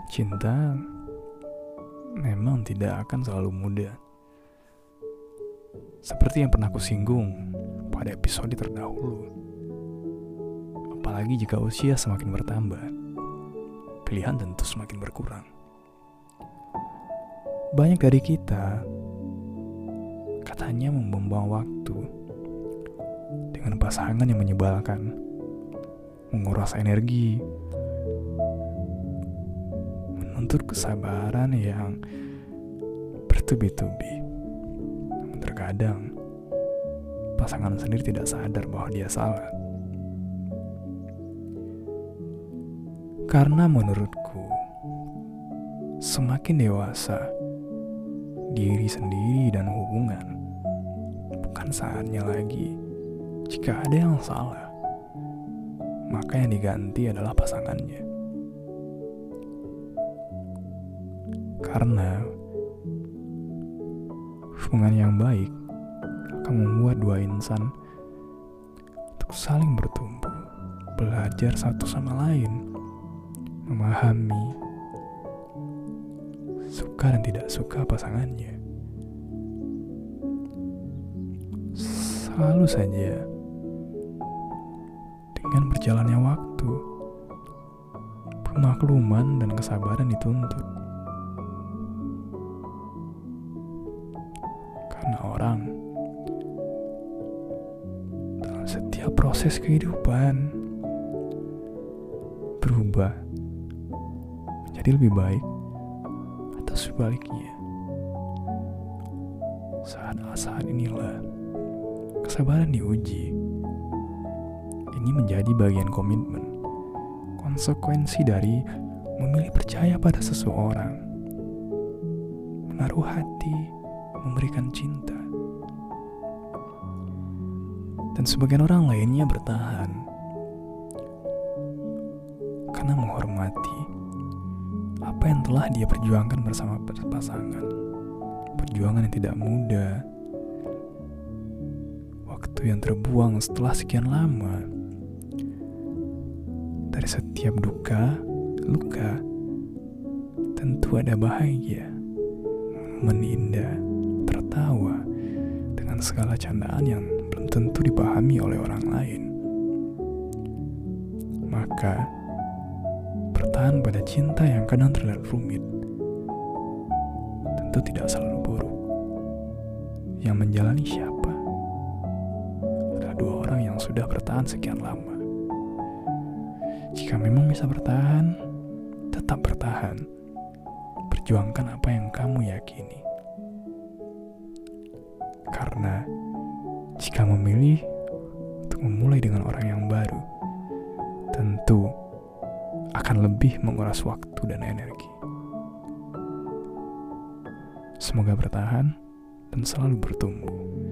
Cinta memang tidak akan selalu mudah. Seperti yang pernah aku singgung pada episode terdahulu. Apalagi jika usia semakin bertambah, pilihan tentu semakin berkurang. Banyak dari kita katanya membuang waktu dengan pasangan yang menyebalkan, menguras energi, menuntut kesabaran yang bertubi-tubi. Namun terkadang pasangan sendiri tidak sadar bahwa dia salah. Karena menurutku, semakin dewasa, diri sendiri dan hubungan bukan saatnya lagi. Jika ada yang salah, maka yang diganti adalah pasangannya. Karena hubungan yang baik akan membuat dua insan untuk saling bertumbuh, belajar satu sama lain, memahami suka dan tidak suka pasangannya. Selalu saja dengan berjalannya waktu, pemakluman dan kesabaran dituntut. Karena orang dalam setiap proses kehidupan berubah menjadi lebih baik atau sebaliknya. Saat inilah kesabaran diuji. Ini menjadi bagian komitmen, konsekuensi dari memilih percaya pada seseorang, menaruh hati, memberikan cinta. Dan sebagian orang lainnya bertahan karena menghormati apa yang telah dia perjuangkan bersama pasangan. Perjuangan yang tidak mudah, waktu yang terbuang setelah sekian lama. Dari setiap duka, luka, tentu ada bahagia, momen indah, tertawa dengan segala candaan yang belum tentu dipahami oleh orang lain. Maka, bertahan pada cinta yang kadang terlihat rumit tentu tidak selalu buruk. Yang menjalani siapa? Adalah dua orang yang sudah bertahan sekian lama. Jika memang bisa bertahan, tetap bertahan. Perjuangkan apa yang kamu yakini. Karena jika memilih untuk memulai dengan orang yang baru, tentu akan lebih menguras waktu dan energi. Semoga bertahan dan selalu bertumbuh.